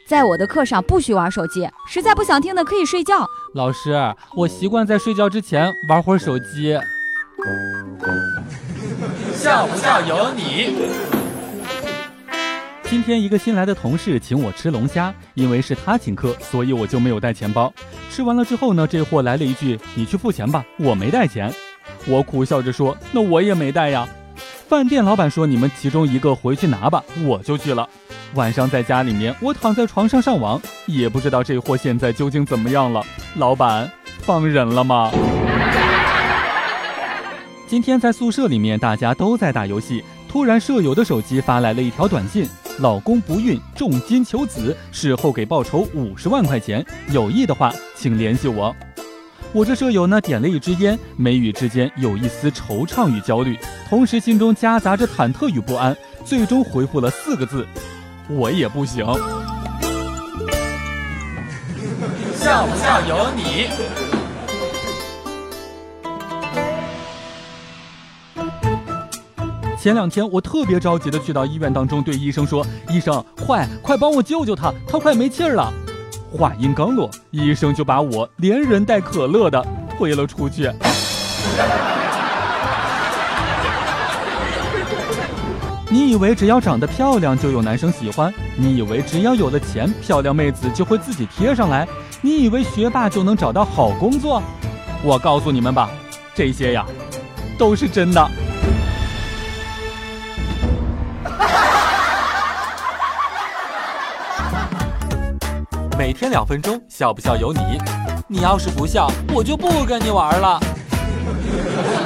在我的课上不许玩手机，实在不想听的可以睡觉。 老师，我习惯在睡觉之前玩会儿手机。 笑不笑由你。 今天一个新来的同事请我吃龙虾，因为是他请客，所以我就没有带钱包。吃完了之后呢，这货来了一句：“你去付钱吧，我没带钱。”我苦笑着说：“那我也没带呀。”饭店老板说：“你们其中一个回去拿吧。”我就去了。晚上在家里面，我躺在床上上网，也不知道这货现在究竟怎么样了。老板放人了吗？今天在宿舍里面，大家都在打游戏，突然舍友的手机发来了一条短信：老公不孕，重金求子，事后给报酬50万块钱，有意的话请联系我。我这舍友呢，点了一支烟，眉宇之间有一丝惆怅与焦虑，同时心中夹杂着忐忑与不安，最终回复了4个字：我也不行。 笑不笑由你。 前2天我特别着急的去到医院当中，对医生说：“医生，快帮我救救他，他快没气儿了。”话音刚落，医生就把我连人带可乐的推了出去。你以为只要长得漂亮就有男生喜欢？你以为只要有了钱，漂亮妹子就会自己贴上来？你以为学霸就能找到好工作？我告诉你们吧，这些呀，都是真的。 每天2分钟，笑不笑由你。你要是不笑，我就不跟你玩了。